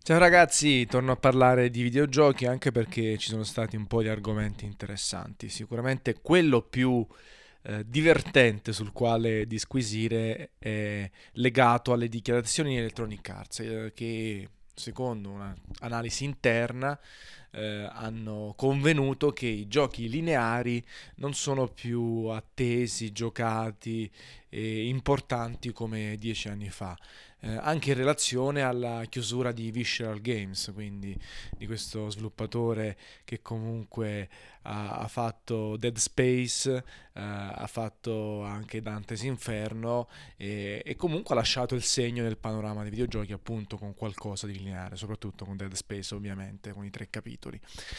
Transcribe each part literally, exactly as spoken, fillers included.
Ciao ragazzi, torno a parlare di videogiochi anche perché ci sono stati un po' di argomenti interessanti. Sicuramente quello più eh, divertente sul quale disquisire è legato alle dichiarazioni di Electronic Arts, eh, che secondo un'analisi interna eh, hanno convenuto che i giochi lineari non sono più attesi, giocati e importanti come dieci anni fa, eh, anche in relazione alla chiusura di Visceral Games, quindi di questo sviluppatore che comunque ha, ha fatto Dead Space, eh, ha fatto anche Dante's Inferno e, e comunque ha lasciato il segno nel panorama dei videogiochi appunto con qualcosa di lineare, soprattutto con Dead Space ovviamente, con i tre capitoli.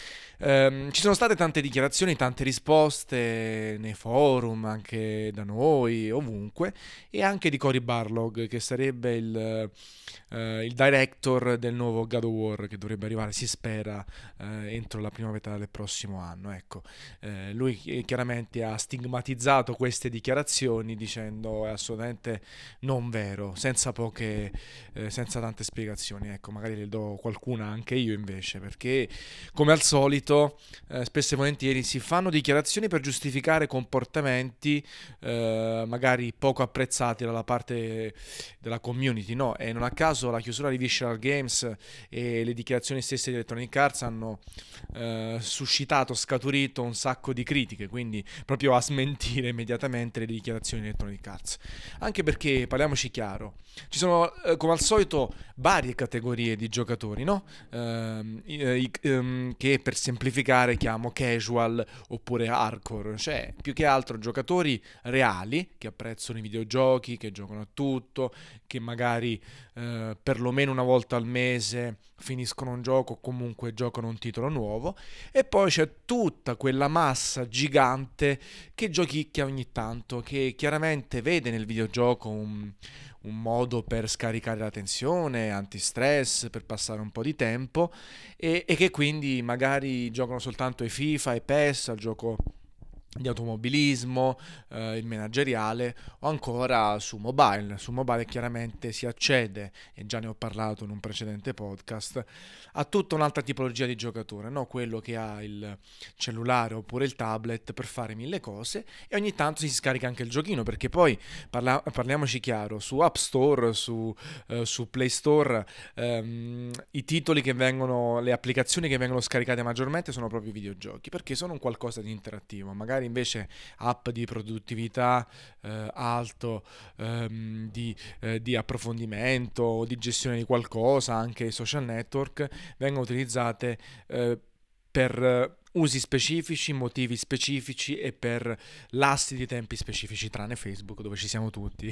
Ehm, ci sono state tante dichiarazioni, tante risposte nei forum, anche da noi, ovunque, e anche di Cory Barlog, che sarebbe il, eh, il director del nuovo God of War, che dovrebbe arrivare, si spera, eh, entro la prima metà del prossimo anno. Ecco, eh, lui chi- chiaramente ha stigmatizzato queste dichiarazioni dicendo è assolutamente non vero, senza poche, eh, senza tante spiegazioni. Ecco, magari le do qualcuna anche io invece, perché come al solito, eh, spesso e volentieri si fanno dichiarazioni per giustificare comportamenti eh, magari poco apprezzati dalla parte della community, no? E non a caso la chiusura di Visceral Games e le dichiarazioni stesse di Electronic Arts hanno eh, suscitato, scaturito un sacco di critiche, quindi proprio a smentire immediatamente le dichiarazioni di Electronic Arts. Anche perché, parliamoci chiaro, ci sono eh, come al solito varie categorie di giocatori, no? Ehm, i- i- ehm, che per semplificare chiamo casual oppure hardcore, cioè più che altro giocatori reali che apprezzano i videogiochi, che giocano a tutto, che magari eh, perlomeno una volta al mese finiscono un gioco o comunque giocano un titolo nuovo, e poi c'è tutta quella massa gigante che giochicchia ogni tanto, che chiaramente vede nel videogioco un, un modo per scaricare la tensione, antistress, per passare un po' di tempo e, e che quindi magari giocano soltanto ai FIFA e PES, al gioco di automobilismo, eh, il manageriale o ancora su mobile. Su mobile chiaramente si accede, e già ne ho parlato in un precedente podcast, a tutta un'altra tipologia di giocatore, no? Quello che ha il cellulare oppure il tablet per fare mille cose e ogni tanto si scarica anche il giochino, perché poi parla- parliamoci chiaro, su App Store, su, eh, su Play Store, ehm, i titoli che vengono, le applicazioni che vengono scaricate maggiormente sono proprio i videogiochi, perché sono un qualcosa di interattivo. Magari invece app di produttività eh, alto, ehm, di, eh, di approfondimento o di gestione di qualcosa, anche i social network, vengono utilizzate eh, per eh, usi specifici, motivi specifici e per lasti di tempi specifici, tranne Facebook dove ci siamo tutti,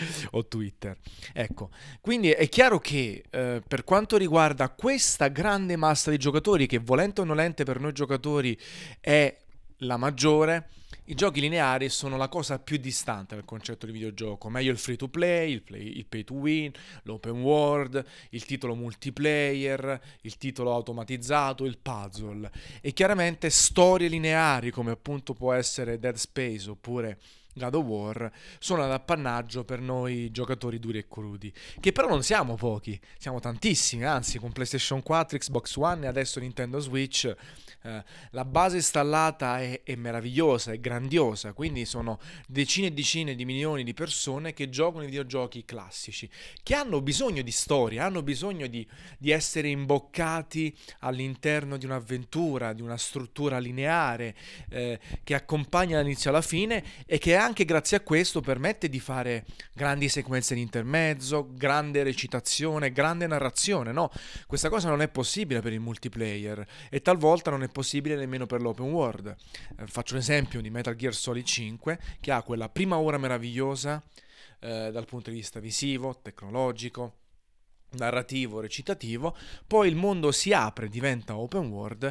o Twitter. Ecco, quindi è chiaro che eh, per quanto riguarda questa grande massa di giocatori, che volente o nolente per noi giocatori è la maggiore, i giochi lineari sono la cosa più distante dal concetto di videogioco. Meglio il free to play, il, play, il pay to win, l'open world, il titolo multiplayer, il titolo automatizzato, il puzzle. E chiaramente storie lineari come appunto può essere Dead Space oppure God of War sono ad appannaggio per noi giocatori duri e crudi, che però non siamo pochi, siamo tantissimi, anzi con PlayStation quattro, Xbox One e adesso Nintendo Switch eh, la base installata è, è meravigliosa, è grandiosa, quindi sono decine e decine di milioni di persone che giocano i videogiochi classici, che hanno bisogno di storia, hanno bisogno di, di essere imboccati all'interno di un'avventura, di una struttura lineare eh, che accompagna dall'inizio alla fine e che anche grazie a questo permette di fare grandi sequenze di intermezzo, grande recitazione, grande narrazione, no? Questa cosa non è possibile per il multiplayer e talvolta non è possibile nemmeno per l'open world. Eh, faccio un esempio di Metal Gear Solid cinque che ha quella prima ora meravigliosa eh, dal punto di vista visivo, tecnologico, narrativo, recitativo, poi il mondo si apre, diventa open world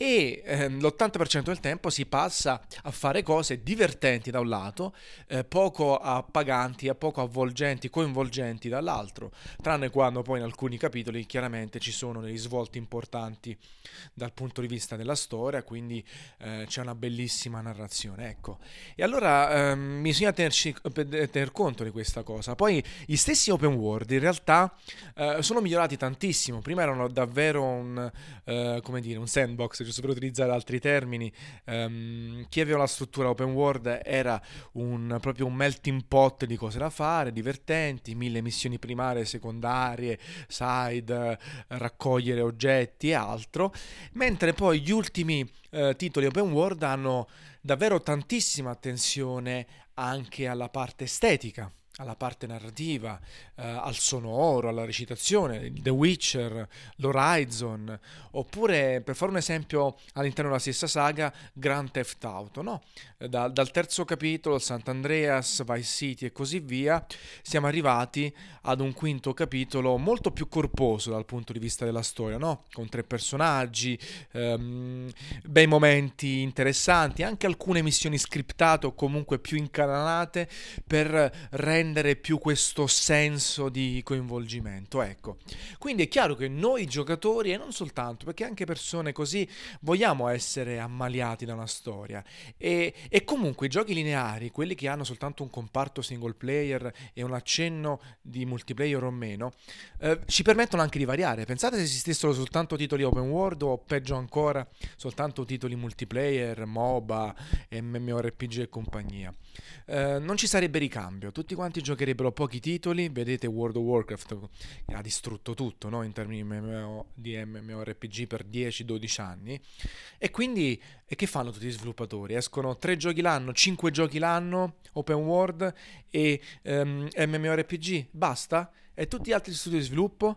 e ehm, l'ottanta per cento del tempo si passa a fare cose divertenti da un lato, eh, poco appaganti, a poco avvolgenti, coinvolgenti dall'altro, tranne quando poi in alcuni capitoli chiaramente ci sono dei svolti importanti dal punto di vista della storia, quindi eh, c'è una bellissima narrazione, ecco. E allora ehm, bisogna tenerci, tener conto di questa cosa. Poi gli stessi open world in realtà eh, sono migliorati tantissimo. Prima erano davvero un, eh, come dire, un sandbox, giusto per utilizzare altri termini. Ehm, chi aveva la struttura open world era un, proprio un melting pot di cose da fare, divertenti, mille missioni primarie, secondarie, side, eh, raccogliere oggetti e altro, mentre poi gli ultimi eh, titoli open world hanno davvero tantissima attenzione anche alla parte estetica, alla parte narrativa, eh, al sonoro, alla recitazione, The Witcher, l'Horizon, oppure per fare un esempio all'interno della stessa saga, Grand Theft Auto, no? Da- dal terzo capitolo, Sant'Andreas, Vice City e così via, siamo arrivati ad un quinto capitolo molto più corposo dal punto di vista della storia, no? Con tre personaggi, ehm, bei momenti interessanti, anche alcune missioni scriptate o comunque più incanalate per rendere più questo senso di coinvolgimento. Ecco, quindi è chiaro che noi giocatori, e non soltanto, perché anche persone così, vogliamo essere ammaliati da una storia. E, e comunque i giochi lineari, quelli che hanno soltanto un comparto single player e un accenno di multiplayer o meno, eh, ci permettono anche di variare. Pensate se esistessero soltanto titoli open world o peggio ancora soltanto titoli multiplayer, MOBA, MMORPG e compagnia. Eh, non ci sarebbe ricambio, tutti quanti giocherebbero pochi titoli. Vedete World of Warcraft ha distrutto tutto, no? In termini M M O, di MMORPG per dieci dodici anni, e quindi e che fanno tutti gli sviluppatori? Escono tre giochi l'anno, cinque giochi l'anno open world e ehm, MMORPG, basta? E tutti gli altri studi di sviluppo?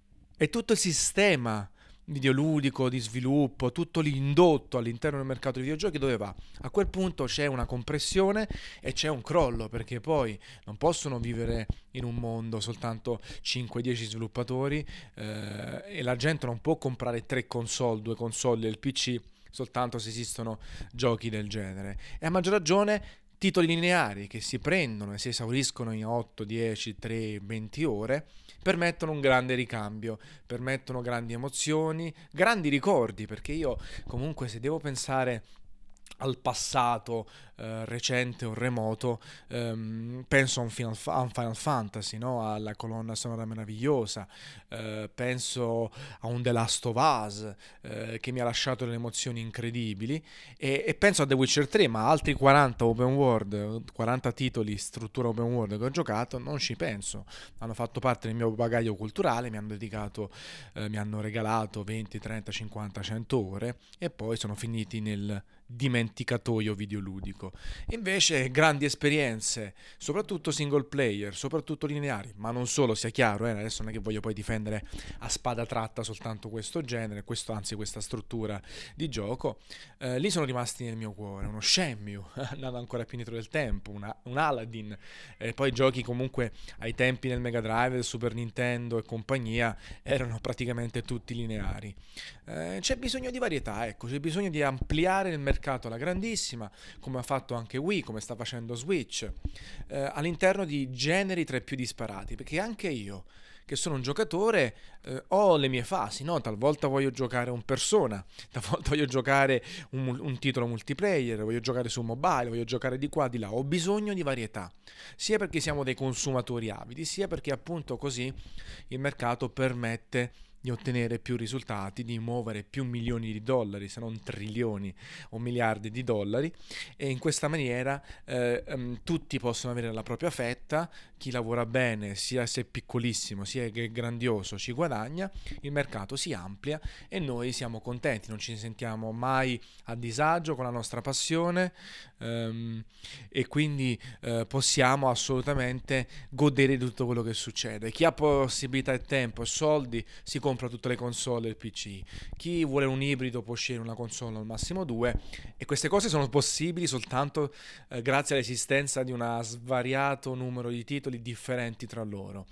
E tutto il sistema videoludico di sviluppo, tutto l'indotto all'interno del mercato dei videogiochi dove va? A quel punto c'è una compressione e c'è un crollo, perché poi non possono vivere in un mondo soltanto cinque dieci sviluppatori, eh, e la gente non può comprare tre console, due console e il P C soltanto se esistono giochi del genere. E a maggior ragione titoli lineari che si prendono e si esauriscono in otto, dieci, tre, venti ore permettono un grande ricambio, permettono grandi emozioni, grandi ricordi, perché io comunque se devo pensare al passato eh, recente o remoto, ehm, penso a un Final, Fa- a un Final Fantasy, no? Alla colonna sonora meravigliosa, eh, penso a un The Last of Us eh, che mi ha lasciato delle emozioni incredibili, e, e penso a The Witcher tre, ma altri quaranta open world, quaranta titoli struttura open world che ho giocato, non ci penso. Hanno fatto parte del mio bagaglio culturale, mi hanno dedicato, eh, mi hanno regalato venti, trenta, cinquanta, cento ore e poi sono finiti nel dimenticatoio videoludico. Invece grandi esperienze, soprattutto single player, soprattutto lineari, ma non solo, sia chiaro, eh, adesso non è che voglio poi difendere a spada tratta soltanto questo genere, questo, anzi questa struttura di gioco, eh, lì sono rimasti nel mio cuore, uno Shenmue, andato ancora più indietro del tempo, una, un Aladdin, e poi giochi comunque ai tempi del Mega Drive, del Super Nintendo e compagnia, erano praticamente tutti lineari. Eh, c'è bisogno di varietà, ecco, c'è bisogno di ampliare il mercato alla grandissima, come ha fatto anche Wii, come sta facendo Switch, eh, all'interno di generi tra i più disparati, perché anche io, che sono un giocatore, eh, ho le mie fasi, no? Talvolta voglio giocare un Persona, talvolta voglio giocare un, un titolo multiplayer, voglio giocare su mobile, voglio giocare di qua, di là, ho bisogno di varietà, sia perché siamo dei consumatori avidi, sia perché appunto così il mercato permette di ottenere più risultati, di muovere più milioni di dollari, se non trilioni o miliardi di dollari, e in questa maniera eh, ehm, tutti possono avere la propria fetta, chi lavora bene, sia se è piccolissimo, sia che è grandioso, ci guadagna, il mercato si amplia e noi siamo contenti, non ci sentiamo mai a disagio con la nostra passione, ehm, e quindi eh, possiamo assolutamente godere di tutto quello che succede. Chi ha possibilità e tempo e soldi si compra tutte le console e il P C, chi vuole un ibrido può scegliere una console al massimo due, e queste cose sono possibili soltanto eh, grazie all'esistenza di un svariato numero di titoli differenti tra loro.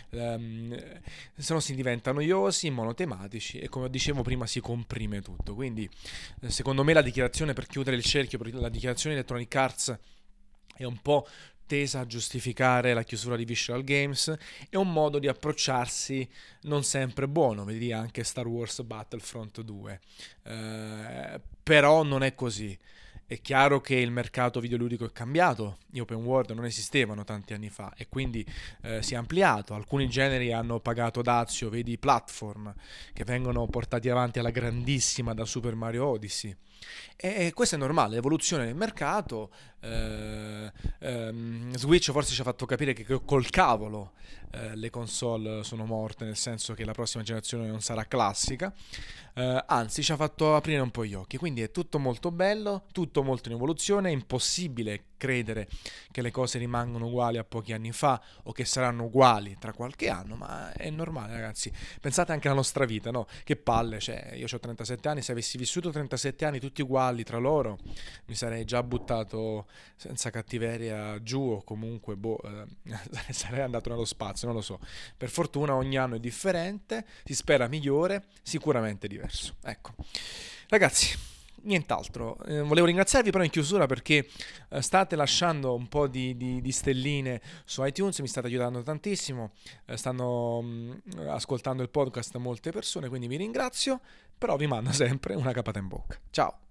Um, se no si diventa noiosi, monotematici e, come dicevo prima, si comprime tutto. Quindi eh, secondo me la dichiarazione, per chiudere il cerchio, la dichiarazione di Electronic Arts è un po' tesa a giustificare la chiusura di Visceral Games, è un modo di approcciarsi non sempre buono, vedi anche Star Wars Battlefront due, eh, però non è così. È chiaro che il mercato videoludico è cambiato, gli open world non esistevano tanti anni fa e quindi eh, si è ampliato. Alcuni generi hanno pagato dazio, vedi i platform, che vengono portati avanti alla grandissima da Super Mario Odyssey. E questo è normale, l'evoluzione del mercato. eh, ehm, Switch forse ci ha fatto capire che col cavolo eh, le console sono morte, nel senso che la prossima generazione non sarà classica. Eh, anzi, ci ha fatto aprire un po' gli occhi. Quindi è tutto molto bello, tutto molto in evoluzione. È impossibile credere che le cose rimangono uguali a pochi anni fa o che saranno uguali tra qualche anno, ma è normale, ragazzi. Pensate anche alla nostra vita, no? Che palle, cioè, io ho trentasette anni, se avessi vissuto trentasette anni tutti uguali tra loro, mi sarei già buttato senza cattiveria giù o comunque, boh, eh, sarei andato nello spazio, non lo so. Per fortuna ogni anno è differente, si spera migliore, sicuramente diverso. Ecco. Ragazzi, nient'altro. Eh, volevo ringraziarvi però in chiusura perché eh, state lasciando un po' di, di- di stelline su iTunes, mi state aiutando tantissimo, eh, stanno mh, ascoltando il podcast molte persone, quindi vi ringrazio, però vi mando sempre una capata in bocca. Ciao!